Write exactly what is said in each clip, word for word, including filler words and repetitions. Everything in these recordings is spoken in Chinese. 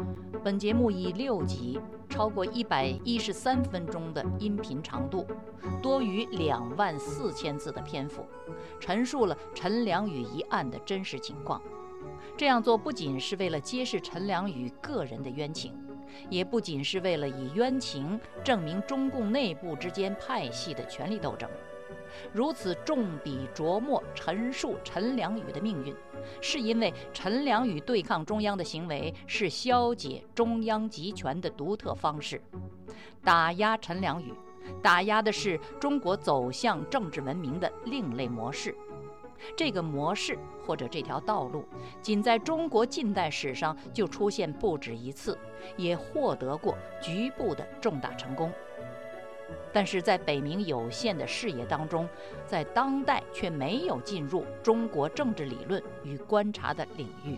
本节目以六集，超过一百一十三分钟的音频长度，多于两万四千字的篇幅，陈述了陈良宇一案的真实情况。这样做不仅是为了揭示陈良宇个人的冤情，也不仅是为了以冤情证明中共内部之间派系的权力斗争。如此重笔琢磨陈述陈良宇的命运，是因为陈良宇对抗中央的行为是消解中央集权的独特方式。打压陈良宇，打压的是中国走向政治文明的另类模式。这个模式或者这条道路，仅在中国近代史上就出现不止一次，也获得过局部的重大成功。但是在北明有限的视野当中，在当代却没有进入中国政治理论与观察的领域。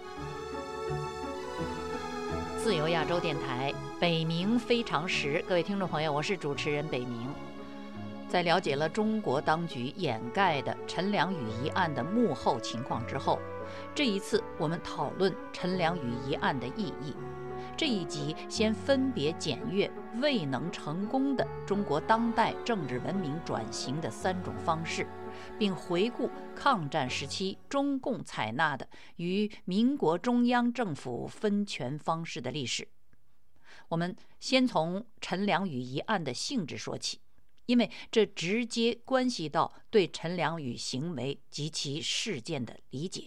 自由亚洲电台北明非常时，各位听众朋友，我是主持人北明。在了解了中国当局掩盖的陈良宇一案的幕后情况之后，这一次我们讨论陈良宇一案的意义。这一集先分别检阅未能成功的中国当代政治文明转型的三种方式，并回顾抗战时期中共采纳的与民国中央政府分权方式的历史。我们先从陈良宇一案的性质说起，因为这直接关系到对陈良宇行为及其事件的理解。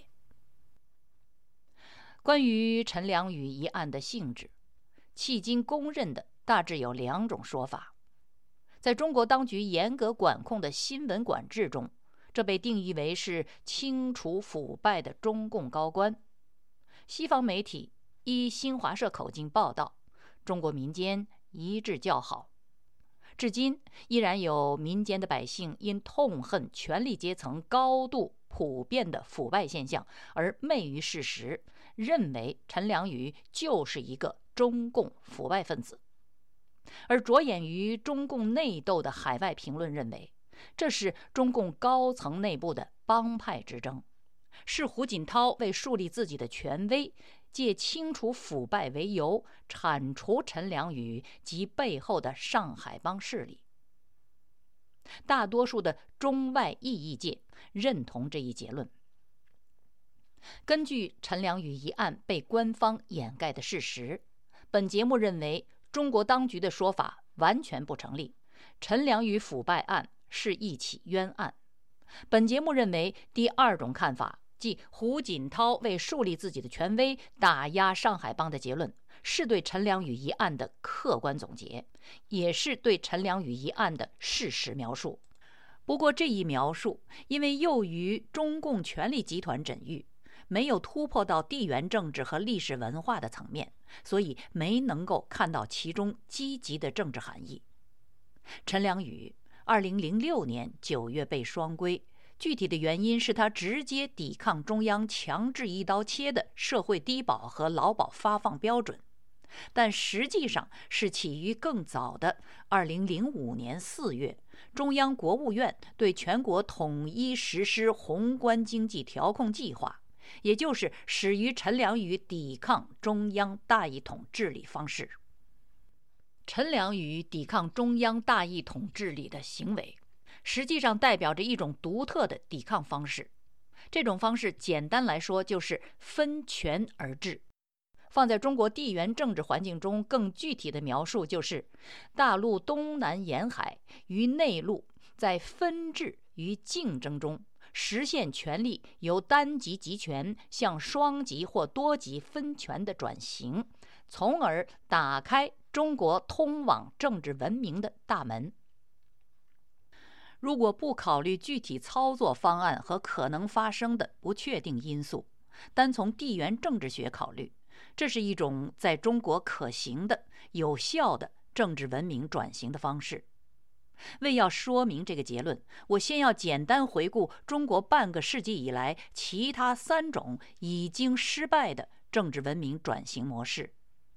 关于陈良宇一案的性质，迄今公认的大致有两种说法。在中国当局严格管控的新闻管制中，这被定义为是清除腐败的中共高官。西方媒体依新华社口径报道，中国民间一致叫好。至今依然有民间的百姓因痛恨权力阶层高度普遍的腐败现象而昧于事实，认为陈良宇就是一个中共腐败分子。而着眼于中共内斗的海外评论认为，这是中共高层内部的帮派之争，是胡锦涛为树立自己的权威，借清除腐败为由铲除陈良宇及背后的上海帮势力。大多数的中外异议界认同这一结论。根据陈良宇一案被官方掩盖的事实，本节目认为中国当局的说法完全不成立，陈良宇腐败案是一起冤案。本节目认为第二种看法，即胡锦涛为树立自己的权威打压上海帮的结论，是对陈良宇一案的客观总结，也是对陈良宇一案的事实描述。不过这一描述因为囿于中共权力集团枕域，没有突破到地缘政治和历史文化的层面，所以没能够看到其中积极的政治含义。陈良宇二零零六年九月被双规，具体的原因是他直接抵抗中央强制一刀切的社会低保和劳保发放标准，但实际上是起于更早的二零零五年四月，中央国务院对全国统一实施宏观经济调控计划，也就是始于陈良宇抵抗中央大一统治理方式。陈良宇抵抗中央大一统治理的行为，实际上代表着一种独特的抵抗方式。这种方式简单来说就是分权而治。放在中国地缘政治环境中，更具体的描述就是大陆东南沿海与内陆在分治与竞争中，实现权力由单极集权向双极或多极分权的转型，从而打开中国通往政治文明的大门。如果不考虑具体操作方案和可能发生的不确定因素，单从地缘政治学考虑，这是一种在中国可行的、有效的政治文明转型的方式。为要说明这个结论，我先要简单回顾中国半个世纪以来其他三种已经失败的政治文明转型模式。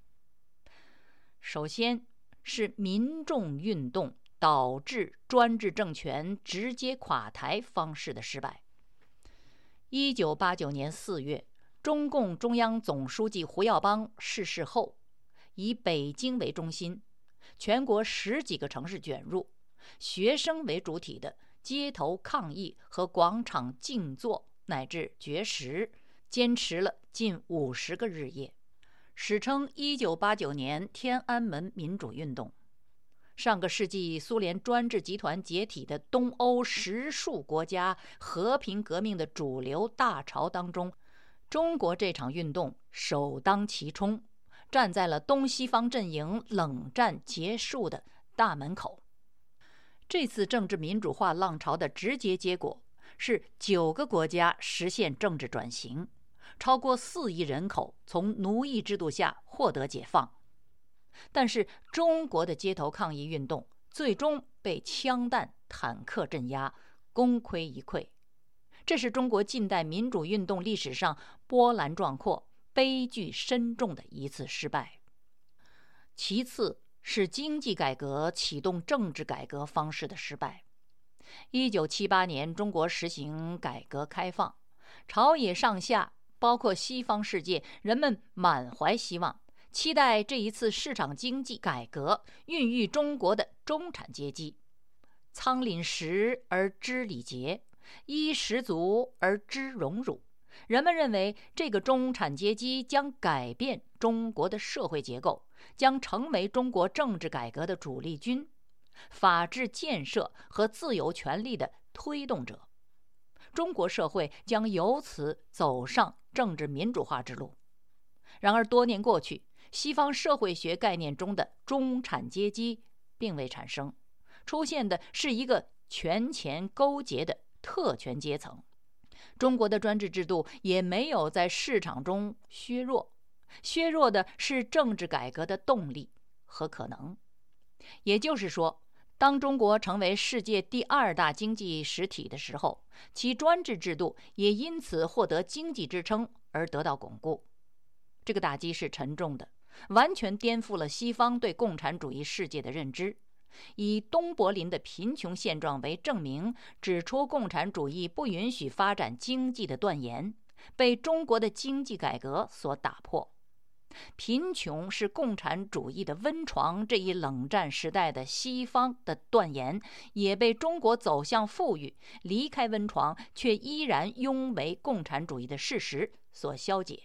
首先是民众运动导致专制政权直接垮台方式的失败。一九八九年四月， 中共中央总书记胡耀邦逝世后，以北京为中心，全国十几个城市卷入，学生为主体的街头抗议和广场静坐乃至绝食，坚持了近五十个日夜，史称一九八九年天安门民主运动。上个世纪苏联专制集团解体的东欧十数国家和平革命的主流大潮当中，中国这场运动首当其冲，站在了东西方阵营冷战结束的大门口。这次政治民主化浪潮的直接结果是九个国家实现政治转型，超过四亿人口从奴役制度下获得解放。但是中国的街头抗议运动最终被枪弹、坦克镇压，功亏一篑。这是中国近代民主运动历史上波澜壮阔、悲剧深重的一次失败。其次是经济改革启动政治改革方式的失败。一九七八年，中国实行改革开放，朝野上下，包括西方世界，人们满怀希望，期待这一次市场经济改革孕育中国的中产阶级。仓廪实而知礼节，衣食足而知荣辱。人们认为这个中产阶级将改变中国的社会结构，将成为中国政治改革的主力军，法治建设和自由权利的推动者。中国社会将由此走上政治民主化之路。然而多年过去，西方社会学概念中的中产阶级并未产生，出现的是一个权钱勾结的特权阶层。中国的专制制度也没有在市场中削弱，削弱的是政治改革的动力和可能。也就是说，当中国成为世界第二大经济实体的时候，其专制制度也因此获得经济支撑而得到巩固。这个打击是沉重的，完全颠覆了西方对共产主义世界的认知。以东柏林的贫穷现状为证明，指出共产主义不允许发展经济的断言，被中国的经济改革所打破。贫穷是共产主义的温床，这一冷战时代的西方的断言也被中国走向富裕、离开温床却依然拥为共产主义的事实所消解。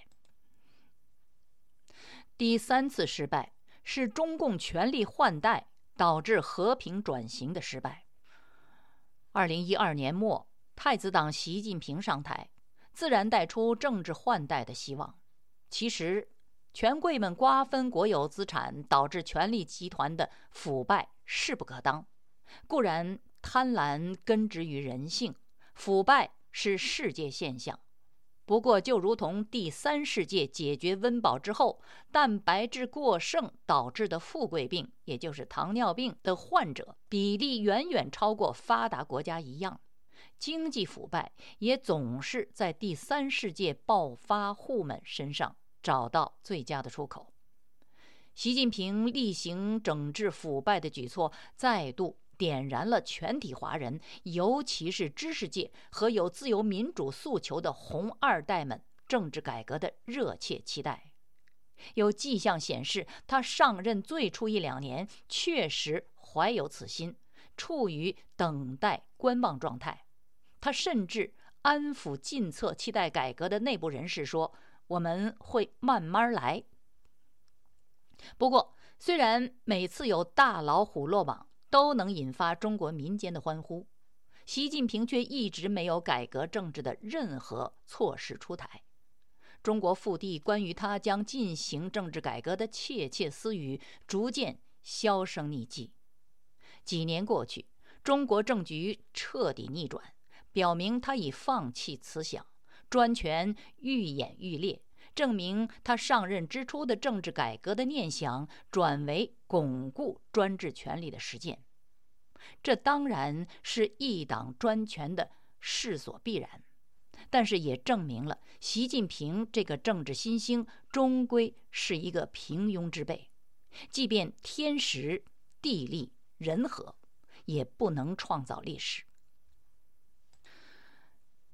第三次失败是中共权力换代导致和平转型的失败。二零一二年末，太子党习近平上台，自然带出政治换代的希望。其实权贵们瓜分国有资产，导致权力集团的腐败势不可当。固然贪婪根植于人性，腐败是世界现象。不过就如同第三世界解决温饱之后，蛋白质过剩导致的富贵病，也就是糖尿病的患者比例远远超过发达国家一样，经济腐败也总是在第三世界暴发户们身上找到最佳的出口。习近平例行整治腐败的举措，再度点燃了全体华人，尤其是知识界和有自由民主诉求的红二代们政治改革的热切期待。有迹象显示，他上任最初一两年确实怀有此心，处于等待观望状态。他甚至安抚进策期待改革的内部人士说，我们会慢慢来。不过虽然每次有大老虎落网都能引发中国民间的欢呼，习近平却一直没有改革政治的任何措施出台。中国腹地关于他将进行政治改革的窃窃私语逐渐销声匿迹。几年过去，中国政局彻底逆转，表明他已放弃此想，专权愈演愈烈，证明他上任之初的政治改革的念想转为巩固专制权力的实践。这当然是一党专权的势所必然，但是也证明了习近平这个政治新星终归是一个平庸之辈，即便天时地利人和，也不能创造历史。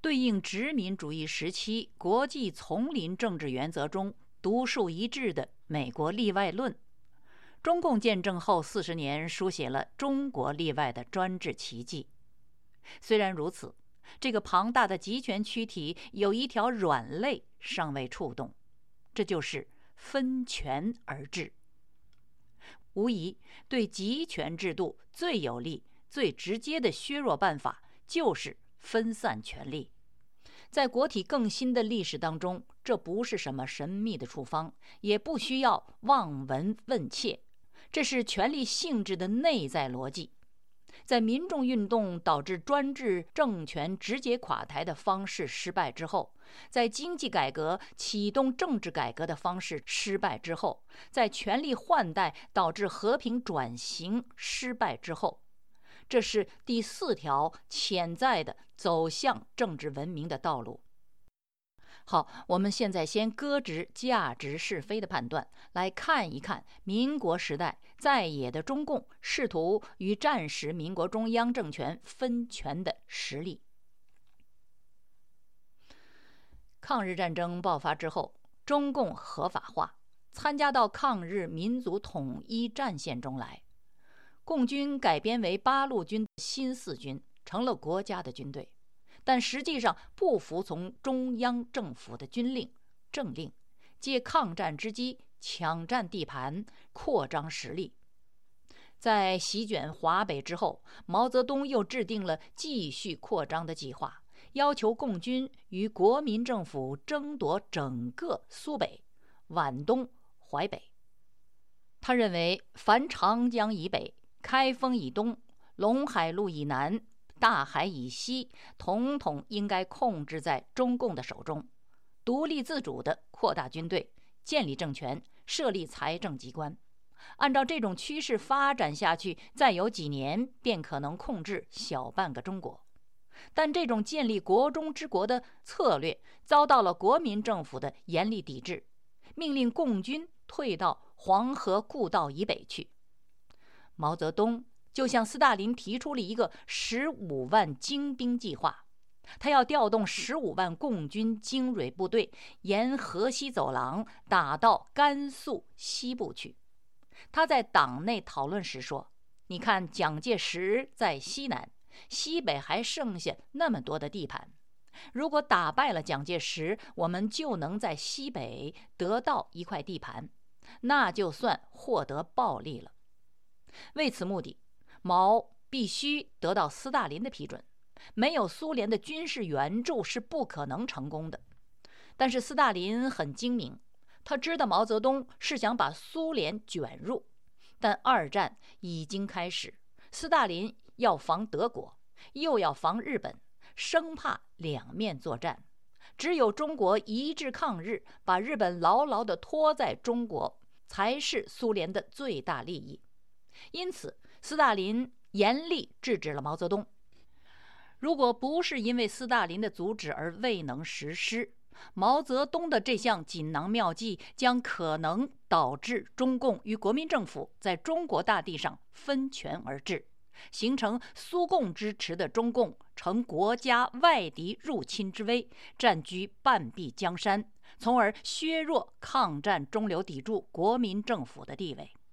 对应殖民主义时期国际丛林政治原则中独树一帜的美国例外论。中共建政后四十年，书写了中国例外的专制奇迹。虽然如此，这个庞大的集权躯体有一条软肋尚未触动，这就是分权而治。无疑，对集权制度最有力、最直接的削弱办法就是分散权力。在国体更新的历史当中，这不是什么神秘的处方，也不需要望闻问切，这是权力性质的内在逻辑。在民众运动导致专制政权直接垮台的方式失败之后，在经济改革启动政治改革的方式失败之后，在权力换代导致和平转型失败之后，这是第四条潜在的走向政治文明的道路。好，我们现在先搁置价值是非的判断，来看一看民国时代在野的中共试图与战时民国中央政权分权的实力。抗日战争爆发之后，中共合法化，参加到抗日民族统一战线中来。共军改编为八路军新四军，成了国家的军队，但实际上不服从中央政府的军令政令，借抗战之机抢占地盘，扩张实力。在席卷华北之后，毛泽东又制定了继续扩张的计划，要求共军与国民政府争夺整个苏北、皖东、淮北。他认为，凡长江以北、开封以东、陇海路以南、大海以西，统统应该控制在中共的手中，独立自主地扩大军队，建立政权，设立财政机关。按照这种趋势发展下去，再有几年便可能控制小半个中国。但这种建立国中之国的策略遭到了国民政府的严厉抵制，命令共军退到黄河故道以北去。毛泽东就向斯大林提出了一个十五万精兵计划，他要调动十五万共军精锐部队，沿河西走廊打到甘肃西部去。他在党内讨论时说，你看蒋介石在西南，西北还剩下那么多的地盘，如果打败了蒋介石，我们就能在西北得到一块地盘，那就算获得暴利了。为此目的，毛必须得到斯大林的批准，没有苏联的军事援助是不可能成功的。但是斯大林很精明，他知道毛泽东是想把苏联卷入，但二战已经开始，斯大林要防德国，又要防日本，生怕两面作战。只有中国一致抗日，把日本牢牢地拖在中国，才是苏联的最大利益。因此，斯大林严厉制止了毛泽东。如果不是因为斯大林的阻止而未能实施，毛泽东的这项锦囊妙计将可能导致中共与国民政府在中国大地上分权而治，形成苏共支持的中共乘国家外敌入侵之危，占据半壁江山，从而削弱抗战中流砥柱国民政府的地位。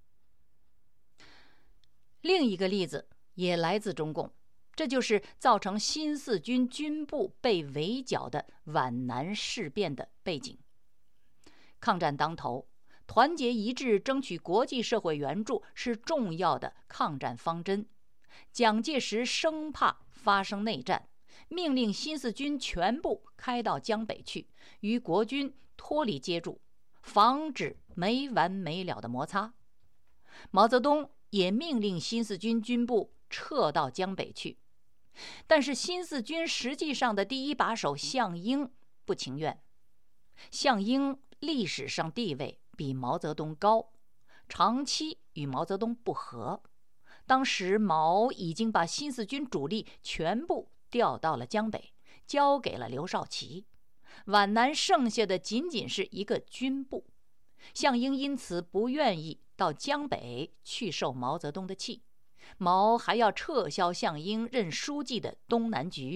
另一个例子也来自中共，这就是造成新四军军部被围剿的皖南事变的背景。抗战当头，团结一致争取国际社会援助是重要的抗战方针。蒋介石生怕发生内战，命令新四军全部开到江北去，与国军脱离接触，防止没完没了的摩擦。毛泽东也命令新四军军部撤到江北去，但是新四军实际上的第一把手项英不情愿。项英历史上地位比毛泽东高，长期与毛泽东不和。当时毛已经把新四军主力全部调到了江北，交给了刘少奇，皖南剩下的仅仅是一个军部。项英因此不愿意到江北去受毛泽东的气，毛还要撤销项英任书记的东南局，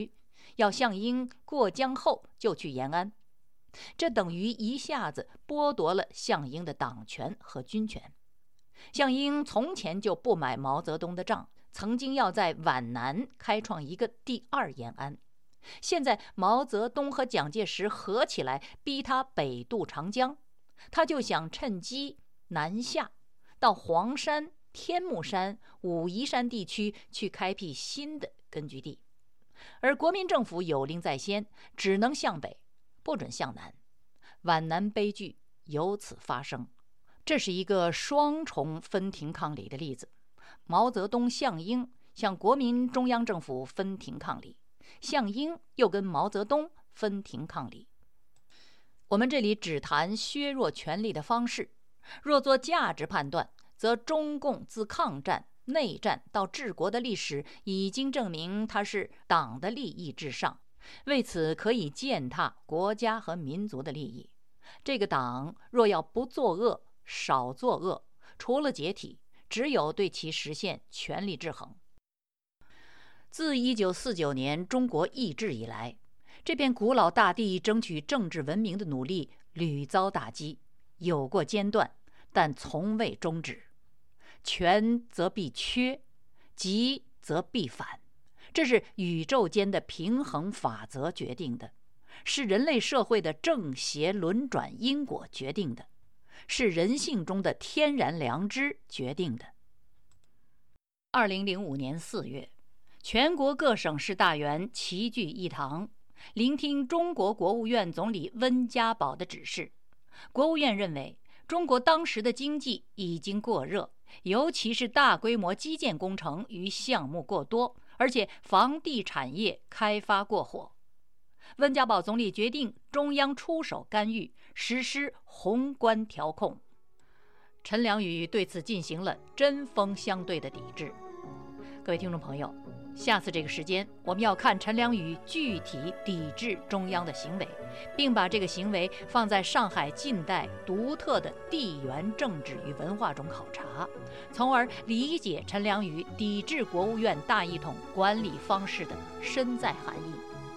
要项英过江后就去延安，这等于一下子剥夺了项英的党权和军权。项英从前就不买毛泽东的账，曾经要在皖南开创一个第二延安。现在毛泽东和蒋介石合起来逼他北渡长江，他就想趁机南下到黄山、天目山、武夷山地区去开辟新的根据地。而国民政府有令在先，只能向北，不准向南。皖南悲剧由此发生，这是一个双重分庭抗礼的例子。毛泽东、项英向国民中央政府分庭抗礼，项英又跟毛泽东分庭抗礼。我们这里只谈削弱权力的方式，若做价值判断，则中共自抗战、内战到治国的历史已经证明它是党的利益至上，为此可以践踏国家和民族的利益。这个党若要不作恶、少作恶，除了解体，只有对其实现权力制衡。自一九四九年中国易制以来，这片古老大地争取政治文明的努力屡遭打击，有过间断，但从未终止。权则必缺，急则必反，这是宇宙间的平衡法则决定的，是人类社会的正邪轮转因果决定的，是人性中的天然良知决定的。二零零五年四月，全国各省市大员齐聚一堂，聆听中国国务院总理温家宝的指示。国务院认为，中国当时的经济已经过热，尤其是大规模基建工程与项目过多，而且房地产业开发过火。温家宝总理决定中央出手干预，实施宏观调控。陈良宇对此进行了针锋相对的抵制。各位听众朋友，下次这个时间，我们要看陈良宇具体抵制中央的行为，并把这个行为放在上海近代独特的地缘政治与文化中考察，从而理解陈良宇抵制国务院大一统管理方式的深在含义。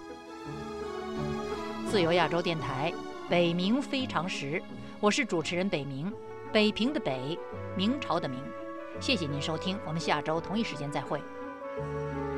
自由亚洲电台，北冥非常时，我是主持人北冥，北平的北，明朝的明。谢谢您收听，我们下周同一时间再会。